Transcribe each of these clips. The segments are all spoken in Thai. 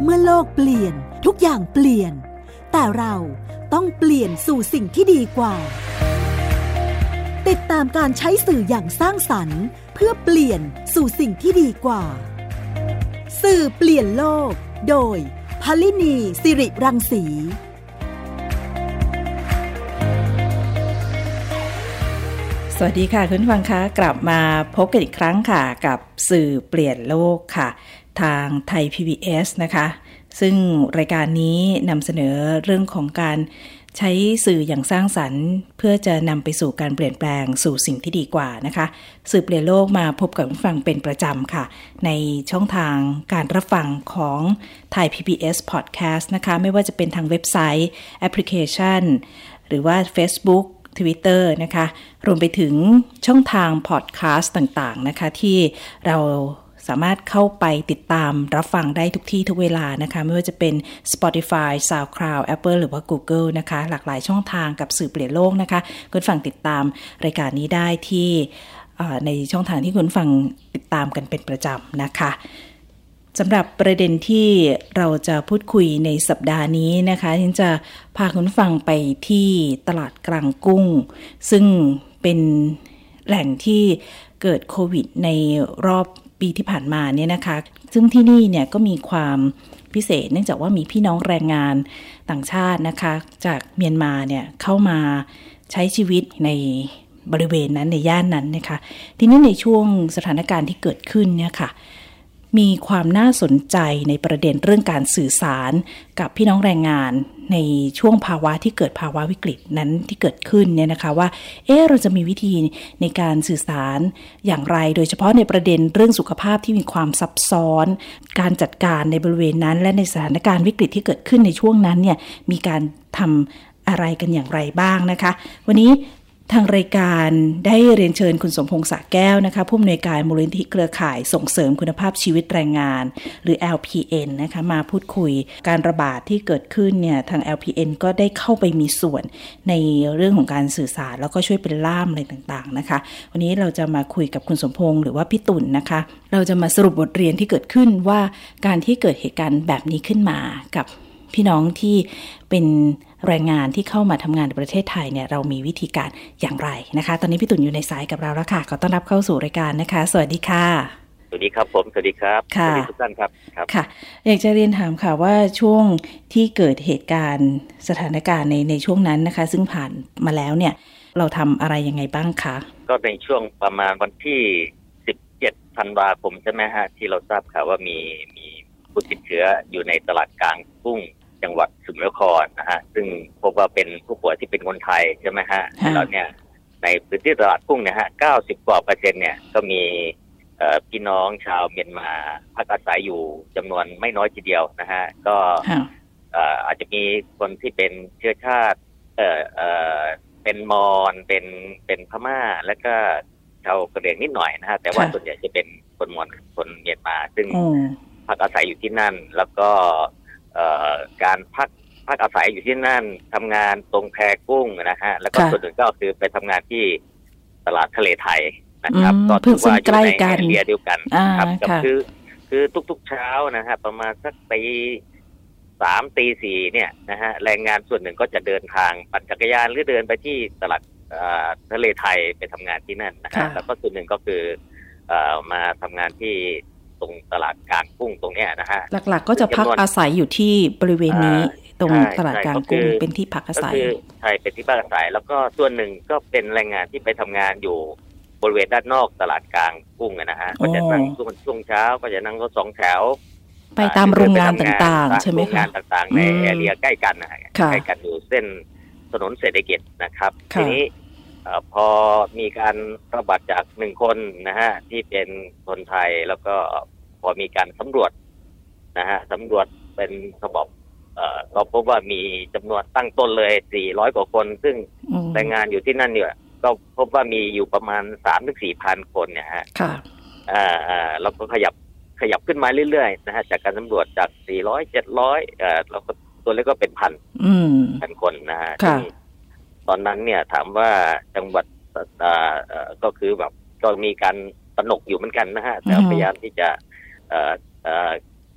เมื่อโลกเปลี่ยนทุกอย่างเปลี่ยนแต่เราต้องเปลี่ยนสู่สิ่งที่ดีกว่าติดตามการใช้สื่ออย่างสร้างสรรค์เพื่อเปลี่ยนสู่สิ่งที่ดีกว่าสื่อเปลี่ยนโลกโดยภลินีสิริรังสีสวัสดีค่ะคุณผู้ฟังคะกลับมาพบกันอีกครั้งค่ะกับสื่อเปลี่ยนโลกค่ะทางไทย PBS นะคะซึ่งรายการนี้นำเสนอเรื่องของการใช้สื่ออย่างสร้างสรรค์เพื่อจะนำไปสู่การเปลี่ยนแปลงสู่สิ่งที่ดีกว่านะคะสื่อเปลี่ยนโลกมาพบกับผู้ฟังเป็นประจำค่ะในช่องทางการรับฟังของไทย PBS Podcast นะคะไม่ว่าจะเป็นทางเว็บไซต์แอปพลิเคชันหรือว่า Facebook Twitter นะคะรวมไปถึงช่องทางพอดแคสต์ต่างๆนะคะที่เราสามารถเข้าไปติดตามรับฟังได้ทุกที่ทุกเวลานะคะไม่ว่าจะเป็น Spotify, SoundCloud, Apple หรือว่า Google นะคะหลากหลายช่องทางกับสื่อเปลี่ยนโลกนะคะคุณฟังติดตามรายการนี้ได้ที่ในช่องทางที่คุณฟังติดตามกันเป็นประจำนะคะสำหรับประเด็นที่เราจะพูดคุยในสัปดาห์นี้นะคะฉันจะพาคุณฟังไปที่ตลาดกลางกุ้งซึ่งเป็นแหล่งที่เกิดโควิดในรอบปีที่ผ่านมาเนี่ยนะคะซึ่งที่นี่เนี่ยก็มีความพิเศษเนื่องจากว่ามีพี่น้องแรงงานต่างชาตินะคะจากเมียนมาเนี่ยเข้ามาใช้ชีวิตในบริเวณนั้นในย่านนั้นนะคะทีนี้ในช่วงสถานการณ์ที่เกิดขึ้นเนี่ยค่ะมีความน่าสนใจในประเด็นเรื่องการสื่อสารกับพี่น้องแรงงานในช่วงภาวะที่เกิดภาวะวิกฤตนั้นที่เกิดขึ้นเนี่ยนะคะว่าเราจะมีวิธีในการสื่อสารอย่างไรโดยเฉพาะในประเด็นเรื่องสุขภาพที่มีความซับซ้อนการจัดการในบริเวณนั้นและในสถานการณ์วิกฤตที่เกิดขึ้นในช่วงนั้นเนี่ยมีการทำอะไรกันอย่างไรบ้างนะคะวันนี้ทางรายการได้เรียนเชิญคุณสมพงษ์สะแก้วนะคะผู้อำนวยการมูลนิธิเครือข่ายส่งเสริมคุณภาพชีวิตแรงงานหรือ LPN นะคะมาพูดคุยการระบาดที่เกิดขึ้นเนี่ยทาง LPN ก็ได้เข้าไปมีส่วนในเรื่องของการสื่อสารแล้วก็ช่วยเป็นล่ามอะไรต่างๆนะคะวันนี้เราจะมาคุยกับคุณสมพงษ์หรือว่าพี่ตุ่นนะคะเราจะมาสรุปบทเรียนที่เกิดขึ้นว่าการที่เกิดเหตุการณ์แบบนี้ขึ้นมากับพี่น้องที่เป็นแรงงานที่เข้ามาทำงานในประเทศไทยเนี่ยเรามีวิธีการอย่างไรนะคะตอนนี้พี่ตุ่นอยู่ในสายกับเราแล้วค่ะขอต้อนรับเข้าสู่รายการนะคะสวัสดีค่ะสวัสดีครับผมสวัสดีครับสวัสดีทุกท่านครับค่ะอยากจะเรียนถามค่ะว่าช่วงที่เกิดเหตุการณ์สถานการณ์ในช่วงนั้นนะคะซึ่งผ่านมาแล้วเนี่ยเราทำอะไรยังไงบ้างคะก็ในช่วงประมาณวันที่17ธันวาคมใช่ไหมฮะที่เราทราบข่าวว่ามีผู้ติดเชื้ออยู่ในตลาดกลางกุ้งจังหวัดสมุทรสาครนะฮะซึ่งพบว่าเป็นผู้ป่วยที่เป็นคนไทยใช่ไหมฮะแล้วเนี่ยในพื้นที่ตลาดกุ้งเนี่ยฮะ90%กว่าเนี่ยก็มีพี่น้องชาวเมียนมาพักอาศัยอยู่จำนวนไม่น้อยทีเดียวนะฮะก็อาจจะมีคนที่เป็นเชื้อชาติเป็นมอญเป็นพม่าแล้วก็ชาวกะเหรี่ยงนิดหน่อยนะฮะแต่ว่าส่วนใหญ่จะเป็นคนมอญคนเมียนมาซึ่งพักอาศัยอยู่ที่นั่นแล้วก็การพักอาศัยอยู่ที่นั่นทำงานตรงแพกุ้งนะฮะแล้วก็ส่วนหนึ่งก็คือไปทำงานที่ตลาดทะเลไทยนะครับก็ถือว่าอยู่ในแอเรียเดียวกันครับคือทุกๆเช้านะฮะประมาณสักตี 3 ตี 4เนี่ยนะฮะแรงงานส่วนหนึ่งก็จะเดินทางปั่นจักรยานหรือเดินไปที่ตลาดทะเลไทยไปทำงานที่นั่นนะฮะแล้วก็ส่วนหนึ่งก็คือมาทำงานที่ตรงตลาดกลางกุ้งตรงเนี้ยนะฮะหลักๆก็จะพักอาศัยอยู่ที่บริเวณนี้ตรงตลาดกลางกุ้งเป็นที่พักอาศัยใช่เป็นที่พักอาศัยแล้วก็ส่วนหนึ่งก็เป็นแรงงานที่ไปทำงานอยู่บริเวณด้านนอกตลาดกลางกุ้งนะฮะก็จะนั่งช่วงเช้าก็จะนั่งรถ2 แถวไปตามโรงงานต่างๆใช่ไหมคะโรงงานต่างๆในแอเรียใกล้กันนะฮะใกล้กันอยู่เส้นถนนเศรษฐกิจนะครับทีนี้พอมีการระบาดจาก1 คนนะฮะที่เป็นคนไทยแล้วก็พอมีการสำรวจนะฮะสำรวจเป็นระบบก็พบว่ามีจำนวนตั้งต้นเลย400 กว่าคนซึ่งแรงงานอยู่ที่นั่นเนี่ยก็พบว่ามีอยู่ประมาณ 3-4,000 คนเนี่ยฮะแล้วก็ขยับขึ้นมาเรื่อยๆนะฮะจากการสำรวจจาก400 700แล้วก็ตัวเลขก็เป็นพันคนนะฮะตอนนั้นเนี่ยถามว่าจังหวัดก็คือแบบก็มีการตระหนกอยู่เหมือนกันนะฮะแต่พยายามที่จะแ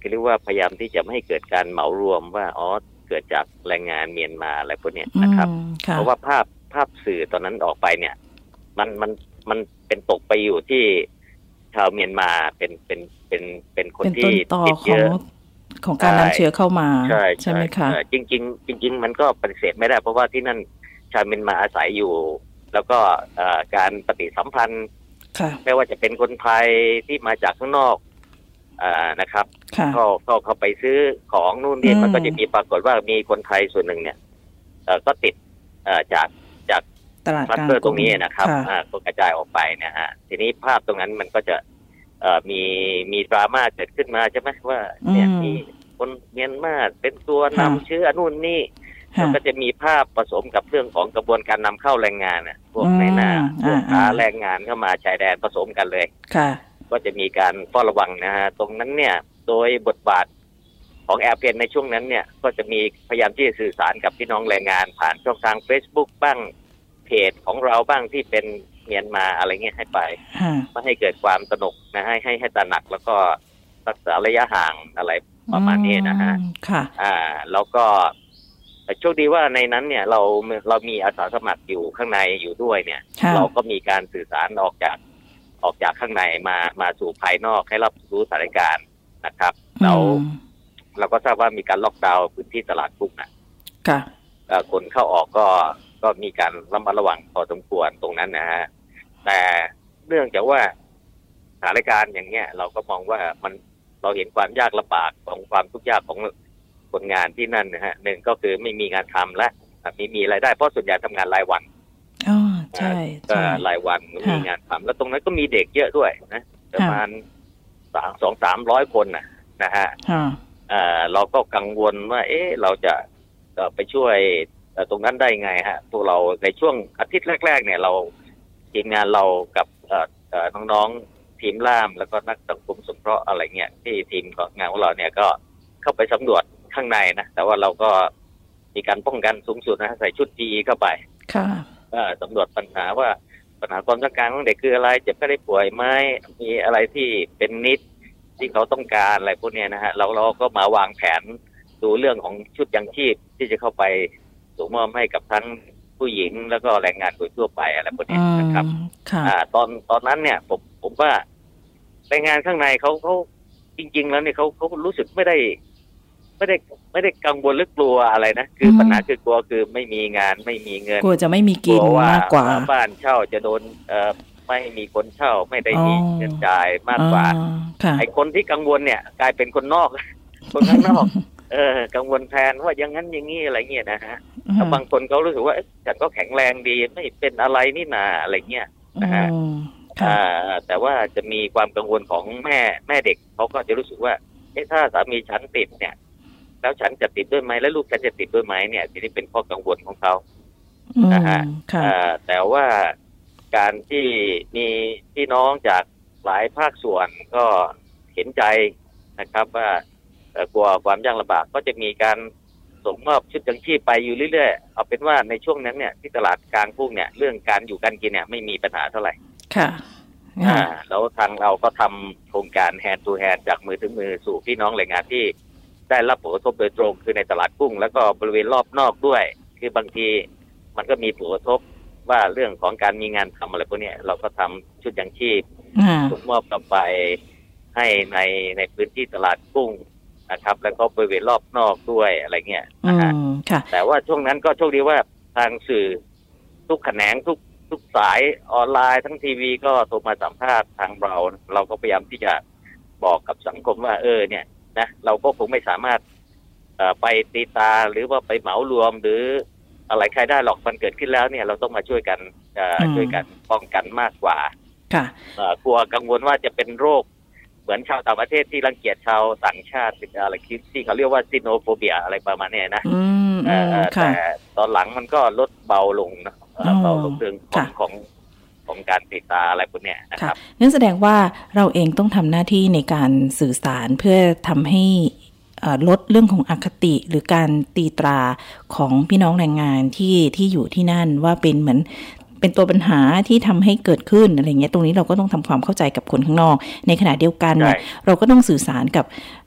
คือเรียกว่าพยายามที่จะไม่ให้เกิดการเหมารวมว่าเกิดจากแรงงานเมียนมาอะไรพวกนี้นะครับเพราะว่าภาพสื่อตอนนั้นออกไปเนี่ยมันเป็นตกไปอยู่ที่ชาวเมียนมาเป็นคนที่ติดเยอะของการนำเชื้อเข้ามาใช่ไหมคะจริงมันก็ปฏิเสธไม่ได้เพราะว่าที่นั่นชาวเมียนมาอาศัยอยู่แล้วก็การปฏิสัมพันธ์ไม่ว่าจะเป็นคนไทยที่มาจากข้างนอกนะครับก็เข้าไปซื้อของนู่นนี่มันก็จะมีปรากฏว่ามีคนไทยส่วนหนึ่งเนี่ยก็ติดจากตลาดคลัสเตอร์ตรงนี้นะครับก็กระจายออกไปนะฮะทีนี้ภาพตรงนั้นมันก็จะมีดราม่าเกิดขึ้นมาใช่ไหมว่าเนี่ยมีคนเมียนมาเป็นตัวนำเชื้อนู่นนี่แล้วก็จะมีภาพผสมกับเรื่องของกระบวนการนำเข้าแรงงานพวกในหน้าพวกค้าแรงงานเข้ามาชายแดนผสมกันเลยก็จะมีการเฝ้าระวังนะฮะตรงนั้นเนี่ยโดยบทบาทของแอร์เพียนในช่วงนั้นเนี่ยก็จะมีพยายามที่จะสื่อสารกับพี่น้องแรงงานผ่านช่องทาง Facebook บ้างเพจของเราบ้างที่เป็นเมียนมาอะไรเงี้ยให้ไปไม่ให้เกิดความตระหนกนะให้ตระหนักแล้วก็รักษาระยะห่างอะไรประมาณนี้นะฮะแล้วก็โชคดีว่าในนั้นเนี่ยเรามีอาสาสมัครอยู่ข้างในอยู่ด้วยเนี่ยเราก็มีการสื่อสารออกจากข้างในมาสู่ภายนอกให้รับรู้สถานการณ์นะครับเราก็ทราบว่ามีการล็อกดาวน์พื้นที่ตลาดกุ้งคนเข้าออกก็มีการระมัดระวังพอสมควรตรงนั้นนะฮะแต่เนื่องจากว่าสถานการณ์อย่างเงี้ยเราก็มองว่าเราเห็นความยากลำบากของความทุกข์ยากของคนงานที่นั่นนะฮะหนึ่งก็คือไม่มีงานทำและไม่มีรายได้เพราะส่วนใหญ่ทำงานรายวันใช่รายวันมีงานทำแล้วตรงนั้นก็มีเด็กเยอะด้วยนะประมาณ200-300 คนนะฮะเราก็กังวลว่าเราจะไปช่วยตรงนั้นได้ไงฮะพวกเราในช่วงอาทิตย์แรกๆเนี่ยเราทีมงานเรากับน้องๆทีมล่ามแล้วก็นักสังคมสงเคราะห์อะไรเงี้ยที่ทีมงานของเราเนี่ยก็เข้าไปสำรวจข้างในนะแต่ว่าเราก็มีการป้องกันสูงสุดนะใส่ชุด PE เข้าไปสำรวจปัญหาความต้องการของเด็กคืออะไรเจ็บไข้ได้ป่วยไหมมีอะไรที่เป็นนิดที่เขาต้องการอะไรพวกนี้นะฮะเราก็มาวางแผนดูเรื่องของชุดยังชีพที่จะเข้าไปส่งมอบให้กับทั้งผู้หญิงแล้วก็แรงงานโดยทั่วไปอะไรพวกนี้นะครับตอนนั้นเนี่ยผมว่าแรงงานข้างในเขาจริงๆแล้วเนี่ยเขารู้สึกไม่ได้กังวลหรือกลัวอะไรนะคือปัญหาคือกลัวคือไม่มีงานไม่มีเงินกลัวจะไม่มีกินมากกว่าบ้านเช่าจะโดนไม่มีคนเช่าไม่ได้มีเงินจ่ายมากกว่าไอ้คนที่กังวลเนี่ยกลายเป็นคนนอกคนข้างนอกกังวลแทนว่าอย่างนั้นอย่างนี้อะไรเงี้ยนะฮะถ้าบางคนเขารู้สึกว่าฉันก็แข็งแรงดีไม่เป็นอะไรนี่นาอะไรเงี้ยนะฮะแต่ว่าจะมีความกังวลของแม่เด็กเขาก็จะรู้สึกว่าถ้าสามีฉันติดเนี่ยแล้วฉันจะติดด้วยไหมแล้วลูกฉันจะติดด้วยไหมเนี่ยทีนี้เป็นข้อกังวลของเขานะฮะแต่ว่าการที่มีพี่น้องจากหลายภาคส่วนก็เห็นใจนะครับว่ากลัวความยากลำบากก็จะมีการส่งมอบชุดยังชีพไปอยู่เรื่อยๆเอาเป็นว่าในช่วงนั้นเนี่ยที่ตลาดกลางกุ้งเนี่ยเรื่องการอยู่การกินเนี่ยไม่มีปัญหาเท่าไหร่แล้วทางเราก็ทำโครงการ hand to hand จากมือถึงมือสู่พี่น้องแรงงานที่ได้รับผลกระทบโดยตรงคือในตลาดกุ้งแล้วก็บริเวณรอบนอกด้วยคือบางทีมันก็มีผลกระทบว่าเรื่องของการมีงานทำอะไรพวกนี้เราก็ทำชุดยังชีพส่งมอบกลับไปให้ในพื้นที่ตลาดกุ้งนะครับแล้วก็บริเวณรอบนอกด้วยอะไรเงี้ยนะฮะแต่ว่าช่วงนั้นก็โชคดีว่าทางสื่อทุกแขนงทุกสายออนไลน์ทั้งทีวีก็โทรมาสัมภาษณ์ทางเราก็พยายามที่จะบอกกับสังคมว่าเนี่ยนะเราก็คงไม่สามารถไปตีตาหรือว่าไปเหมารวมหรืออะไรใครได้หรอกมันเกิดขึ้นแล้วเนี่ยเราต้องมาช่วยกันป้องกันมากกว่ากลัวกังวลว่าจะเป็นโรคเหมือนชาวต่างประเทศที่รังเกียจชาวต่างชาติอะไรที่เขาเรียกว่าซิโนโฟเบียอะไรประมาณนี้นะแต่ตอนหลังมันก็ลดเบาลงนะเบาลงเรื่องของการติดตาอะไรพวกนี้นะครับนั่นแสดงว่าเราเองต้องทำหน้าที่ในการสื่อสารเพื่อทำให้ลดเรื่องของอคติหรือการตีตราของพี่น้องแรงงานที่อยู่ที่นั่นว่าเป็นเหมือนเป็นตัวปัญหาที่ทำให้เกิดขึ้นอะไรเงี้ยตรงนี้เราก็ต้องทำความเข้าใจกับคนข้างนอกในขณะเดียวกันเนี่ยเราก็ต้องสื่อสารกับ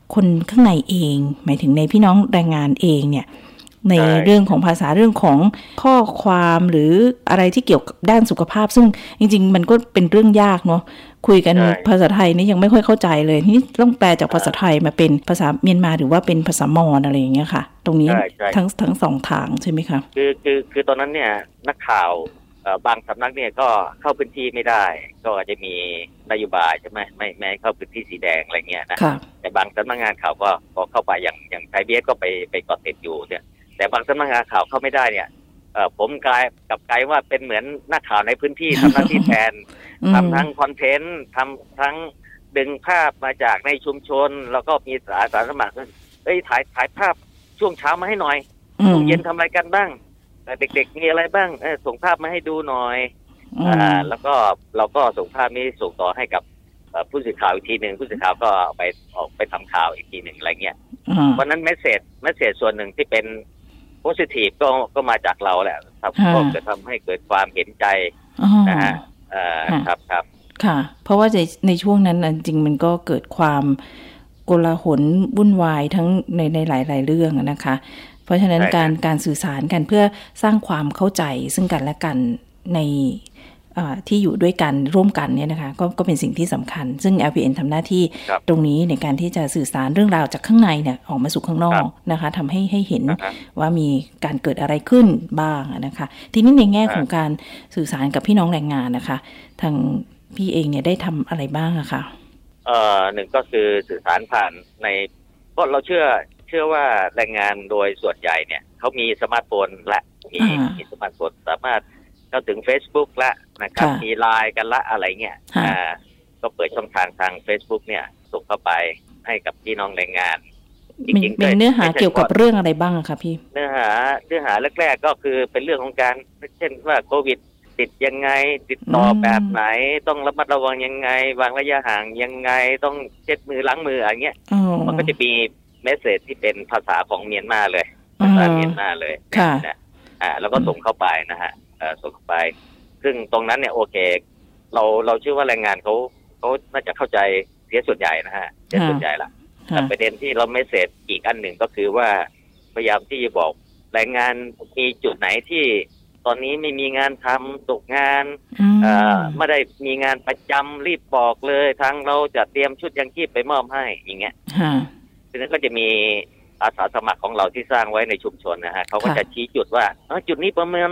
คนข้างในเองหมายถึงในพี่น้องแรงงานเองเนี่ยในเรื่องของภาษาเรื่องของข้อความหรืออะไรที่เกี่ยวกับด้านสุขภาพซึ่งจริงๆมันก็เป็นเรื่องยากเนาะคุยกันภาษาไทยนี่ยังไม่ค่อยเข้าใจเลยนี่ต้องแปลจากภาษาไทยมาเป็นภาษาเมียนมาหรือว่าเป็นภาษามอญอะไรอย่างเงี้ยค่ะตรงนี้ทั้งสองทางใช่ไหมคะคือตอนนั้นเนี่ยนักข่าวบางสำนักเนี่ยก็เข้าพื้นที่ไม่ได้ก็อาจจะมีนโยบายใช่ไหมไม่เข้าพื้นที่สีแดงอะไรเงี้ยนะแต่บางสำนักงานข่าวก็เข้าไปอย่างไทยพีบีเอสก็ไปเกาะติดอยู่เนี่ยแต่บางสำนักงานข่าวเข้าไม่ได้เนี่ยผมกลายว่าเป็นเหมือนนักข่าวในพื้นที่ทำหน้าที่แทนทำทั้งคอนเทนต์ทำทั้งดึงภาพมาจากในชุมชนแล้วก็มีอาสาสมัครถ่ายภาพช่วงเช้ามาให้หน่อยช่วงเย็นทำอะไรกันบ้างเด็กๆมีอะไรบ้างส่งภาพมาให้ดูหน่อยแล้วก็เราก็ส่งภาพนี้ส่งต่อให้กับผู้สื่อข่าวอีกทีหนึ่งผู้สื่อข่าวก็ออกไปทำข่าวอีกทีหนึ่งอะไรเงี้ยเพราะนั้นเมสเสจส่วนหนึ่งที่เป็นโพสิทีฟก็มาจากเราแหละก็จะทำให้เกิดความเห็นใจนะฮะครับค่ะเพราะว่าในช่วงนั้นจริงมันก็เกิดความโกลาหลวุ่นวายทั้งในหลายๆเรื่องนะคะเพราะฉะนั้นการสื่อสารกันเพื่อสร้างความเข้าใจซึ่งกันและกันในที่อยู่ด้วยกันร่วมกันเนี่ยนะคะก็เป็นสิ่งที่สำคัญซึ่ง LPN ทำหน้าที่ตรงนี้ในการที่จะสื่อสารเรื่องราวจากข้างในเนี่ยออกมาสู่ข้างนอกนะคะทำให้เห็นว่ามีการเกิดอะไรขึ้นบ้างนะคะทีนี้ในแง่ของการสื่อสารกับพี่น้องแรงงานนะคะทางพี่เองเนี่ยได้ทำอะไรบ้างอะคะหนึ่งก็คือสื่อสารผ่านในก็เราเชื่อว่าแรงงานโดยส่วนใหญ่เนี่ยเขามีสมาร์ทโฟนและมีสมาร์ทโฟนสามารถเข้าถึง Facebook ละนะครับมีไลน์กันละอะไรเงี้ยก็เปิดช่องทาง Facebook เนี่ยส่งเข้าไปให้กับพี่น้องแรงงานจริงๆเป็นเนื้อหาเกี่ยวกับเรื่องอะไรบ้างคะพี่เนื้อหาแรกๆก็คือเป็นเรื่องของการเช่นว่าโควิดติดยังไงติดต่อแบบไหนต้องระมัดระวังยังไงวางระยะห่างยังไงต้องเช็ดมือล้างมืออะไรเงี้ยมันก็จะมีเมสเสจที่เป็นภาษาของเมียนมาเลยภาษาเมียนมาเลยนะแล้วก็ส่งเข้าไปนะฮะส่งเข้าไปซึ่งตรงนั้นเนี่ยโอเคเราเชื่อว่าแรงงานเขาน่าจะเข้าใจเสียส่วนใหญ่นะฮะเสียส่วนใหญ่ละแต่ประเด็นที่เราเมสเสจอีกอันหนึ่งก็คือว่าพยายามที่จะบอกแรงงานมีจุดไหนที่ตอนนี้ไม่มีงานทำตกงานไม่ได้มีงานประจำรีบบอกเลยทางเราจะเตรียมชุดยังชีพไปมอบให้อย่างเงี้ยฉะนั้นก็จะมีอาสาสมัครของเราที่สร้างไว้ในชุมชนนะฮะเขาก็จะชี้จุดว่าจุดนี้ประมาณ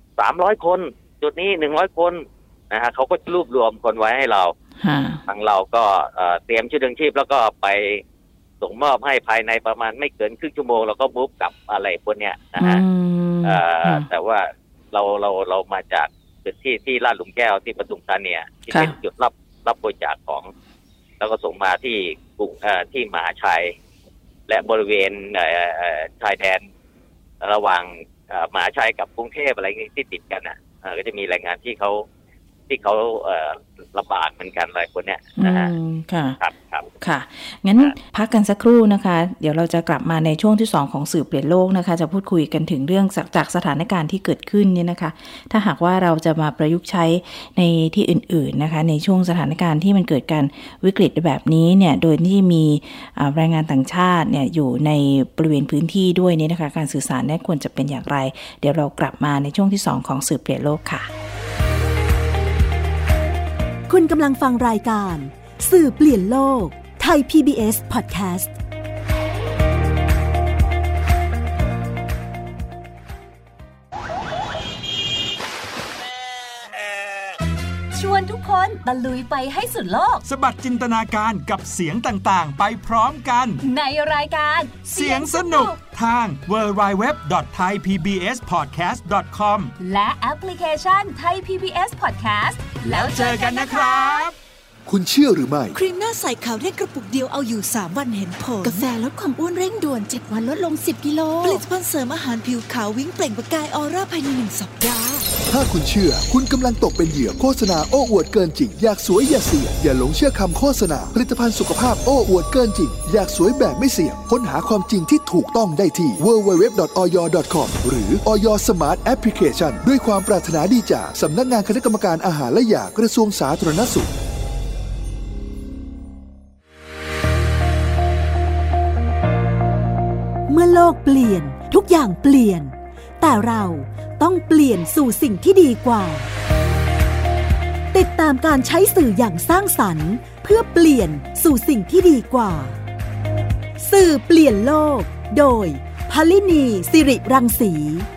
300 คนจุดนี้100 คนนะฮะเขาก็รวบรวมคนไว้ให้เราทางเราก็เตรียมชุดยังชีพแล้วก็ไปส่งมอบให้ภายในประมาณไม่เกินครึ่งชั่วโมงแล้วก็บุ๊บกลับอะไรพวกเนี้ยนะฮะแต่ว่าเรามาจากจุดที่ลาดหลุมแก้วที่ปทุมธานีที่เป็นจุดรับบริจาคของแล้วก็ส่งมาที่ที่มหาชัยและบริเวณชายแดนระหว่างมหาชัยกับกรุงเทพอะไรที่ติดกันนะก็จะมีแรงงานที่เขาลำบากเหมือนกันอะไรคนเนี้ยนะฮะค่ะครับค่ะงั้นพักกันสักครู่นะคะเดี๋ยวเราจะกลับมาในช่วงที่2ของสื่อเปลี่ยนโลกนะคะจะพูดคุยกันถึงเรื่องจากสถานการณ์ที่เกิดขึ้นเนี่ยนะคะถ้าหากว่าเราจะมาประยุกต์ใช้ในที่อื่นๆนะคะในช่วงสถานการณ์ที่มันเกิดการวิกฤตแบบนี้เนี่ยโดยที่มีแรงงานต่างชาติเนี่ยอยู่ในบริเวณพื้นที่ด้วยนี่นะคะการสื่อสารควรจะเป็นอย่างไรเดี๋ยวเรากลับมาในช่วงที่2ของสื่อเปลี่ยนโลกค่ะคุณกำลังฟังรายการสื่อเปลี่ยนโลกไทย PBS Podcast ชวนทุกคนตะลุยไปให้สุดโลกสบัดจินตนาการกับเสียงต่างๆไปพร้อมกันในรายการเสียงสนุกทาง www.thaipbspodcast.com และแอปพลิเคชัน Thai PBS Podcast แล้วเจอกันนะครับคุณเชื่อหรือไม่ครีมหน้าใสขาวเร่งกระปุกเดียวเอาอยู่3วันเห็นผลกาแฟลดความอ้วนเร่งด่วน7วันลดลง10กิโลผลิตภัณฑ์เสริมอาหารผิวขาววิ่งเปล่งประกายออร่าภายใน1สัปดาห์ถ้าคุณเชื่อคุณกำลังตกเป็นเหยื่อโฆษณาโอ้อวดเกินจริงอยากสวยอย่าเสี่ยงอย่าหลงเชื่อคำโฆษณาผลิตภัณฑ์สุขภาพโอ้อวดเกินจริงอยากสวยแบบไม่เสี่ยงค้นหาความจริงที่ถูกต้องได้ที่ www.oyo.com หรือ Oyo Smart Application ด้วยความปรารถนาดีจากสำนักงานคณะกรรมการอาหารและยากระทรวงสาธารณสุขกเปลี่ยนทุกอย่างเปลี่ยนแต่เราต้องเปลี่ยนสู่สิ่งที่ดีกว่าติดตามการใช้สื่ออย่างสร้างสรรค์เพื่อเปลี่ยนสู่สิ่งที่ดีกว่าสื่อเปลี่ยนโลกโดยพลินีสิริรังสี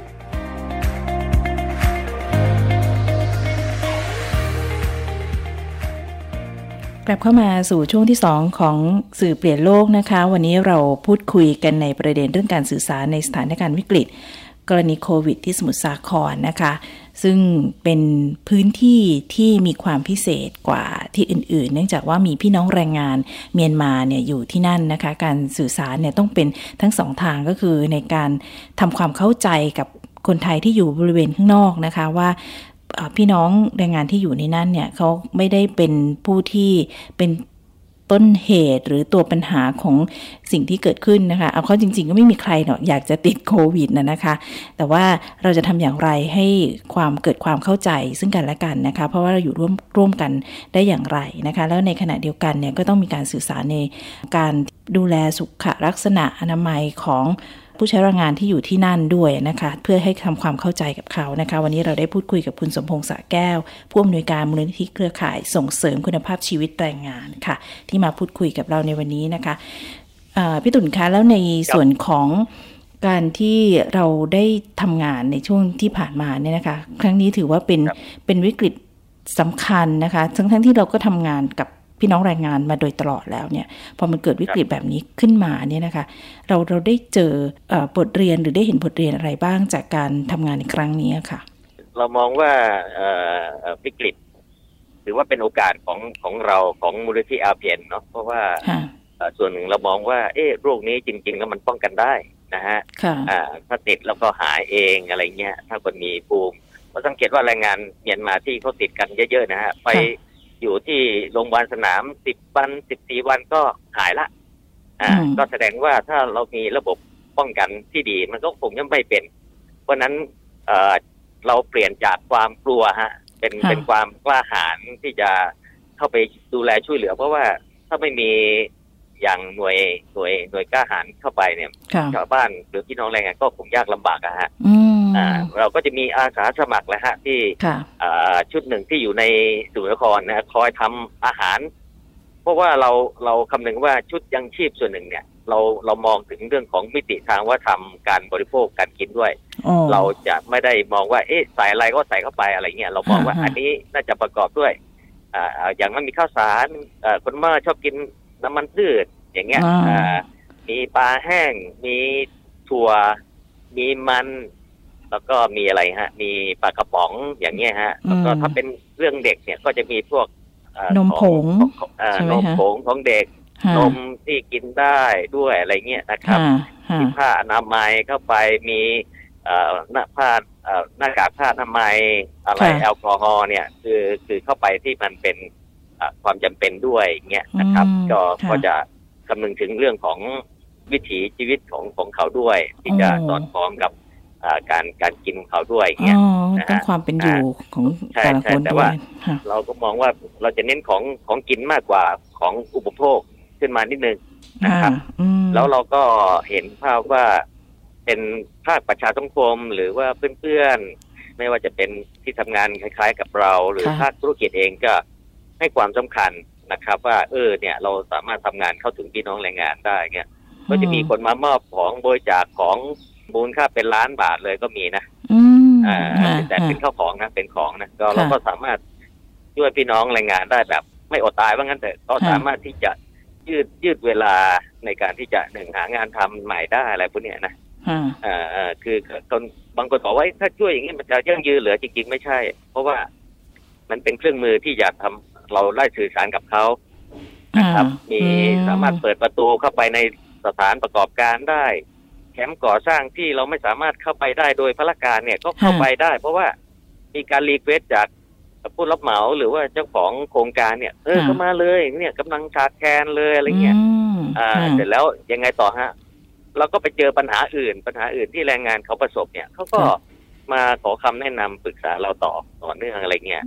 กลับเข้ามาสู่ช่วงที่2ของสื่อเปลี่ยนโลกนะคะวันนี้เราพูดคุยกันในประเด็นเรื่องการสื่อสารในสถานการณ์วิกฤตกรณีโควิดที่สมุทรสาครนะคะซึ่งเป็นพื้นที่ที่มีความพิเศษกว่าที่อื่นๆเนื่องจากว่ามีพี่น้องแรงงานเมียนมาเนี่ยอยู่ที่นั่นนะคะการสื่อสารเนี่ยต้องเป็นทั้งสองทางก็คือในการทำความเข้าใจกับคนไทยที่อยู่บริเวณข้างนอกนะคะว่าพี่น้องแรงงานที่อยู่ในนั้นเนี่ยเขาไม่ได้เป็นผู้ที่เป็นต้นเหตุหรือตัวปัญหาของสิ่งที่เกิดขึ้นนะคะเอาเข้าจริงๆก็ไม่มีใครหรอกอยากจะติดโควิดนะคะแต่ว่าเราจะทำอย่างไรให้เกิดความเข้าใจซึ่งกันและกันนะคะเพราะว่าเราอยู่ร่วมกันได้อย่างไรนะคะแล้วในขณะเดียวกันเนี่ยก็ต้องมีการสื่อสารในการดูแลสุขลักษณะอนามัยของผู้ใช้แรงงานที่อยู่ที่นั่นด้วยนะคะเพื่อให้ทำความเข้าใจกับเขานะคะวันนี้เราได้พูดคุยกับคุณสมพงษ์สะแก้วผู้อำนวยการมูลนิธิเครือข่ายส่งเสริมคุณภาพชีวิตแรงงานค่ะที่มาพูดคุยกับเราในวันนี้นะคะพี่ตุ่นคะแล้วในส่วนของการที่เราได้ทำงานในช่วงที่ผ่านมาเนี่ยนะคะครั้งนี้ถือว่าเป็นวิกฤตสำคัญนะคะทั้งที่เราก็ทำงานกับพี่น้องแรงงานมาโดยตลอดแล้วเนี่ยพอมันเกิดวิกฤตแบบนี้ขึ้นมาเนี่ยนะคะเราได้เจอบทเรียนหรือได้เห็นบทเรียนอะไรบ้างจากการทำงานในครั้งนี้ค่ะเรามองว่าวิกฤตถือว่าเป็นโอกาสของเราของมูลนิธิอาเพียนเนาะเพราะว่าส่วนหนึ่งเรามองว่าโรคนี้จริงๆแล้วมันป้องกันได้นะฮะถ้าติดแล้วก็หายเองอะไรเงี้ยถ้าคนมีภูมิเราสังเกตว่าแรงงานเมียนมาที่เขาติดกันเยอะๆนะฮะไปอยู่ที่โรงพยาบาลสนาม10 วัน 14 วันก็หายละก็แสดงว่าถ้าเรามีระบบป้องกันที่ดีมันก็คงจะไม่เป็นเพราะนั้นเราเปลี่ยนจากความกลัวฮะเป็นความกล้าหาญที่จะเข้าไปดูแลช่วยเหลือเพราะว่าถ้าไม่มีอย่างหน่วยกล้าหาญเข้าไปเนี่ยชาวบ้านหรือพี่น้องแรงงานก็คงยากลำบากอะฮะเราก็จะมีอาสาสมัครแล้วฮะที่ชุดหนึ่งที่อยู่ในสมุทรสาครนะคอยทำอาหารเพราะว่าเราคำนึงว่าชุดยังชีพส่วนหนึ่งเนี่ยเรามองถึงเรื่องของมิติทางวัฒนธรรมการบริโภคการกินด้วยเราจะไม่ได้มองว่าใส่อะไรก็ใส่เข้าไปอะไรเงี้ยเรามองว่าอันนี้น่าจะประกอบด้วยอย่างนั้นมีข้าวสารคนมาชอบกินน้ำมันพืชอย่างเงี้ยมีปลาแห้งมีถั่วมีมันแล้วก็มีอะไรฮะมีปลากระป๋องอย่างเงี้ยฮะแล้วก็ถ้าเป็นเรื่องเด็กเนี่ยก็จะมีพวกนมผงนมผงของเด็กนมที่กินได้ด้วยอะไรเงี้ยนะครับมีผ้าอนามัยเข้าไปมีหน้ากากผ้าอนามัยอะไรแอลกอฮอล์เนี่ยคือเข้าไปที่มันเป็นความจำเป็นด้วยเงี้ยนะครับก็จะคำนึงถึงเรื่องของวิถีชีวิตของเขาด้วยที่จะสอดคล้องกับการกินของเขาด้วยเงี้ยนะฮะความเป็นอยู่ของแต่ละคนด้วยเราก็มองว่าเราจะเน้นของกินมากกว่าของอุปโภคขึ้นมานิดนึงนะครับแล้วเราก็เห็นภาพว่าเป็นภาคประชาสังคมหรือว่าเพื่อนๆไม่ว่าจะเป็นที่ทำงานคล้ายๆกับเราหรือภาคธุรกิจเองก็ให้ความสำคัญนะครับว่าเนี่ยเราสามารถทำงานเข้าถึงพี่น้องแรงงานได้เงี้ยก็จะมีคนมามอบของบริจาคของมูลค่าเป็นล้านบาทเลยก็มีนะแต่เป็นข้าวของนะเป็นของนะก็เราก็สามารถช่วยพี่น้องแรงงานได้แบบไม่อดตายว่างั้นเถอะก็สามารถที่จะยืดเวลาในการที่จะหางานทำใหม่ได้อะไรพวกนี้นะคือคนบางคนบอกว่าถ้าช่วยอย่างนี้มันจะยั่งยืนเหลือจริงๆไม่ใช่เพราะว่ามันเป็นเครื่องมือที่จะทำเราได้สื่อสารกับเขานะครับมีสามารถเปิดประตูเข้าไปในสถานประกอบการได้แคมป์ก่อสร้างที่เราไม่สามารถเข้าไปได้โดยพนักงานเนี่ยก็เข้าไปได้เพราะว่ามีการรีเควสจากผู้รับเหมาหรือว่าเจ้าของโครงการเนี่ยก็มาเลยเนี่ยกำลังขาดแคลนเลยอะไรเงี้ยเสร็จแล้วยังไงต่อฮะเราก็ไปเจอปัญหาอื่นที่แรงงานเขาประสบเนี่ยเขาก็มาขอคำแนะนำปรึกษาเราต่อเนื่องอะไรเงี้ย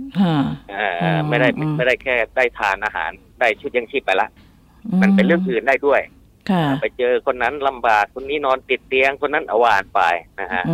ไม่ได้แค่ได้ทานอาหารได้ชุดยังชีพไปละมันเป็นเรื่องอื่นได้ด้วยไปเจอคนนั้นลำบากคนนี้นอนติดเตียงคนนั้นเอาว่านไปนะฮะ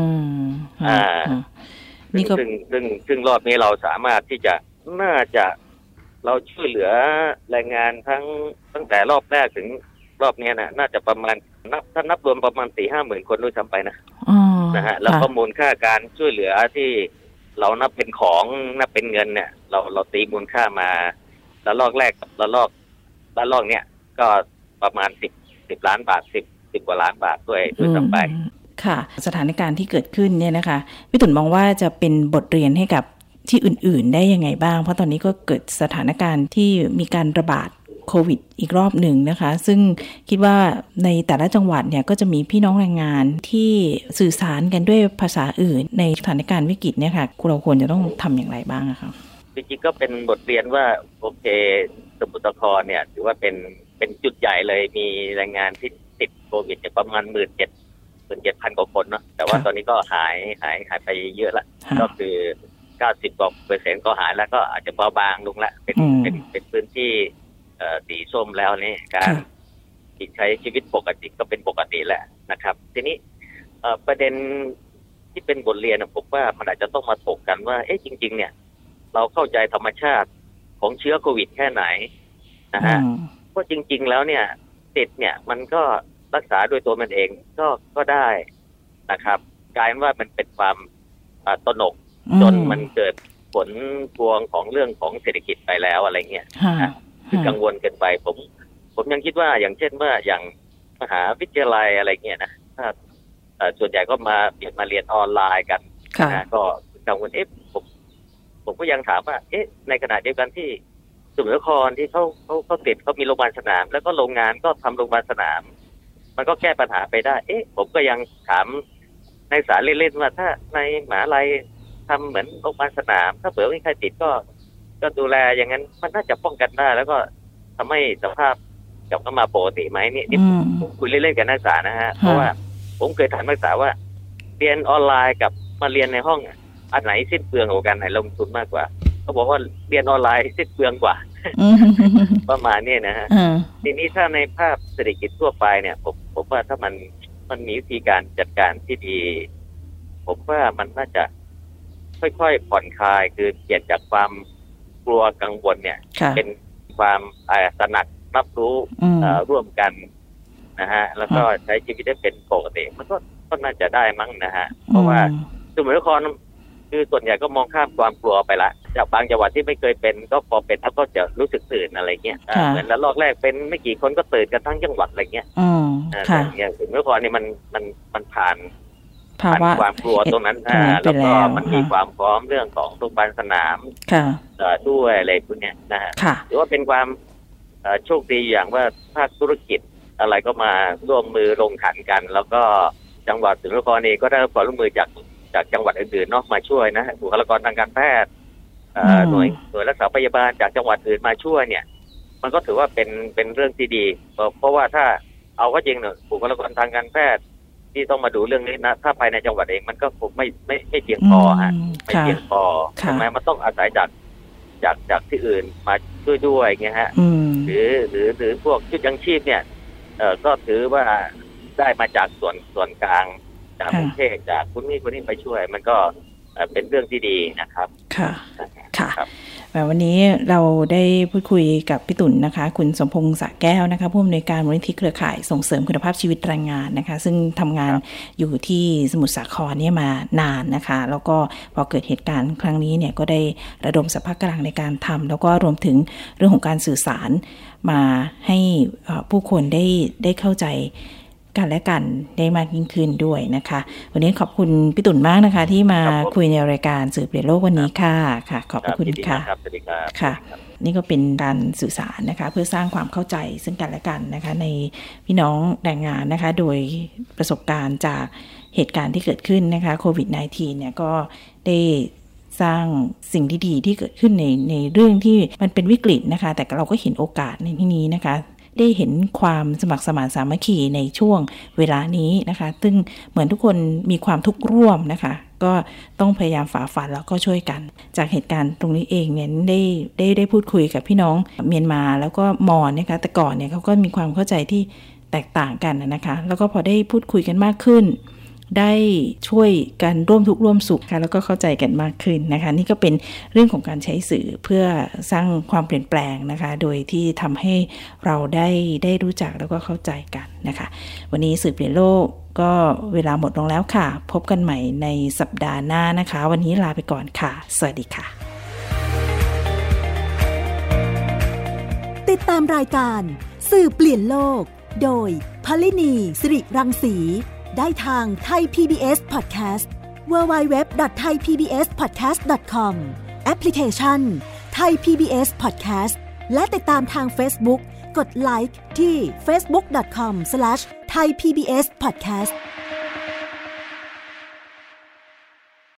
นี่ก็ซึ่งรอบนี้เราสามารถที่จะน่าจะเราช่วยเหลือแรงงานตั้งแต่รอบแรกถึงรอบนี้น่าจะประมาณถ้านับรวมประมาณ 4-5 หมื่นคนด้วยซ้ำไปนะแล้วก็มูลค่าการช่วยเหลือที่เรานับเป็นของนับเป็นเงินเนี่ยเราตีมูลค่ามาแล้วลอกแรกกับละลอกเนี่ยก็ประมาณ10 ล้านบาท10 กว่าล้านบาทด้วยซ้ำไปค่ะสถานการณ์ที่เกิดขึ้นเนี่ยนะคะพี่ตุ่นมองว่าจะเป็นบทเรียนให้กับที่อื่นๆได้ยังไงบ้างเพราะตอนนี้ก็เกิดสถานการณ์ที่มีการระบาดโควิดอีกรอบหนึ่งนะคะซึ่งคิดว่าในแต่ละจังหวัดเนี่ยก็จะมีพี่น้องแรงงานที่สื่อสารกันด้วยภาษาอื่นในสถานการณ์วิกฤตเนี่ยค่ะเราควรจะต้องทำอย่างไรบ้างคะจริงๆก็เป็นบทเรียนว่าโอเคสมุทรสาครเนี่ยถือว่าเป็นจุดใหญ่เลยมีแรงงานที่ติดโควิดประมาณ 17,000 กว่าคนเนาะแต่ว่าตอนนี้ก็หายไปเยอะละก็คือ90% ก็หายแล้วก็อาจจะเบาบางลงละเป็นพื้นที่สีส้มแล้วนี่การใช้ชีวิตปกติก็เป็นปกติแล้วนะครับทีนี้ประเด็นที่เป็นบทเรียนผมว่ามันอาจจะต้องมาถกกันว่าจริงๆเนี่ยเราเข้าใจธรรมชาติของเชื้อโควิดแค่ไหนนะฮะเพราะจริงๆแล้วเนี่ยติดเนี่ยมันก็รักษาด้วยตัวมันเองก็ได้นะครับกลายเป็นว่ามันเป็นความตระหนกจนมันเกิดผลพวงของเรื่องของเศรษฐกิจไปแล้วอะไรเงี้ยคือกังวลเกินไปผมยังคิดว่าอย่างเช่นว่าอย่างมหาวิทยาลัยอะไรเงี้ยนะถ้าส่วนใหญ่ก็มาเรียนออนไลน์กันนะก็กังวลผมก็ยังถามว่าในขณะเดียวกันที่สมุทรสาครที่เขาติดเขามีโรงพยาบาลสนามแล้วก็โรงงานก็ทำโรงพยาบาลสนามมันก็แก้ปัญหาไปได้ผมก็ยังถามในสารเล่นๆว่าถ้าในมหาลัยทำเหมือนโรงพยาบาลสนามถ้าเผื่อไม่ใครติดก็ดูแลอย่างนั้นมันน่าจะป้องกันได้แล้วก็ทำให้สภาพกลับมาปกติไหมนี่ผมคุยเล่นๆกับนักศึกษานะฮะเพราะว่าผมเคยถามนักศึกษาว่าเรียนออนไลน์กับมาเรียนในห้องอันไหนสิ้นเปลืองกว่ากันไหนลงทุนมากกว่าเขาบอกว่าเรียนออนไลน์สิ้นเปลืองกว่าประมาณนี้นะฮะทีนี้ถ้าในภาพเศรษฐกิจทั่วไปเนี่ยผมว่าถ้ามันมีวิธีการจัดการที่ดีผมว่ามันน่าจะค่อยๆผ่อนคลายคือเปลี่ยนจากความกลัวกังวลเนี่ยเป็นความตระหนักรับรู้ร่วมกันนะฮะแล้วก็ใช้ชีวิตได้เป็นปกติมันก็น่าจะได้มั้งนะฮะเพราะว่าสมุทรสาครคือส่วนใหญ่ก็มองข้ามความกลัวไปละจากบางจังหวัดที่ไม่เคยเป็นก็พอเป็นแล้วก็จะรู้สึกตื่นอะไรเงี้ยเหมือนแล้วรอบแรกเป็นไม่กี่คนก็ตื่นกันทั้งจังหวัดอะไรเงี้ยอย่างสมุทรสาครนี่มันผ่านความกลัวตรงนั้นแล้วก็มันมีความพร้อมเรื่องของโรงพยาบาลสนามด้วยอะไรพวกนี้นะฮะถือว่าเป็นความโชคดีอย่างว่าภาคธุรกิจอะไรก็มาร่วมมือลงขันกันแล้วก็จังหวัดสมุทรสาครเองก็ได้ความร่วมมือจากจังหวัดอื่นๆเนาะมาช่วยนะบุคลากรทางการแพทย์หน่วยรักษาพยาบาลจากจังหวัดอื่นมาช่วยเนี่ยมันก็ถือว่าเป็นเรื่องที่ดีเพราะว่าถ้าเอาก็จริงเนอะบุคลากรทางการแพทย์ที่ต้องมาดูเรื่องนี้นะถ้าภายในจังหวัดเองมันก็คงไม่เพียงพอฮะไม่เพียงพอใช่ไหมมันต้องอาศัยจากที่อื่นมาช่วยด้วยเงี้ยฮะหรือพวกชุดยังชีพเนี่ยก็ถือว่าได้มาจากส่วนกลางจากกรุงเทพจากคนนี้ไปช่วยมันก็เป็นเรื่องที่ดีนะครับค่ะวันนี้เราได้พูดคุยกับพี่ตุ่นนะคะคุณสมพงษ์สะแก้วนะคะผู้อำนวยการมูลนิธิเครือข่ายส่งเสริมคุณภาพชีวิตแรงงานนะคะซึ่งทำงานอยู่ที่สมุทรสาครเนี่ยมานานนะคะแล้วก็พอเกิดเหตุการณ์ครั้งนี้เนี่ยก็ได้ระดมสรรพกำลังในการทำแล้วก็รวมถึงเรื่องของการสื่อสารมาให้ผู้คนได้เข้าใจกันและกันได้มากยิ่งขึ้นด้วยนะคะวันนี้ขอบคุณพี่ตุ่นมากนะคะที่มาคุยในรายการสื่อเปลี่ยนโลกวันนี้ค่ะขอบคุณค่ะค่ะนี่ก็เป็นการสื่อสารนะคะเพื่อสร้างความเข้าใจซึ่งกันและกันนะคะในพี่น้องแรงงานนะคะโดยประสบการณ์จากเหตุการณ์ที่เกิดขึ้นนะคะโควิด -19 เนี่ยก็ได้สร้างสิ่งที่ดีที่เกิดขึ้นในเรื่องที่มันเป็นวิกฤตนะคะแต่เราก็เห็นโอกาสในที่นี้นะคะได้เห็นความสมัครสมานสามัคคีในช่วงเวลานี้นะคะซึ่งเหมือนทุกคนมีความทุกข์ร่วมนะคะก็ต้องพยายามฝ่าฟันแล้วก็ช่วยกันจากเหตุการณ์ตรงนี้เองเนี่ยได้พูดคุยกับพี่น้องเมียนมาแล้วก็มอญนะคะแต่ก่อนเนี่ยเขาก็มีความเข้าใจที่แตกต่างกันนะคะแล้วก็พอได้พูดคุยกันมากขึ้นได้ช่วยกันร่วมทุกข์ร่วมสุขค่ะแล้วก็เข้าใจกันมากขึ้นนะคะนี่ก็เป็นเรื่องของการใช้สื่อเพื่อสร้างความเปลี่ยนแปลงนะคะโดยที่ทำให้เราได้รู้จักแล้วก็เข้าใจกันนะคะวันนี้สื่อเปลี่ยนโลกก็เวลาหมดลงแล้วค่ะพบกันใหม่ในสัปดาห์หน้านะคะวันนี้ลาไปก่อนค่ะสวัสดีค่ะติดตามรายการสื่อเปลี่ยนโลกโดยพลินีสิริรังสีได้ทาง Thai PBS Podcast www.thaipbspodcast.com แอปพลิเคชัน Thai PBS Podcast และติดตามทาง Facebook กดไลค์ที่ facebook.com/thaipbspodcast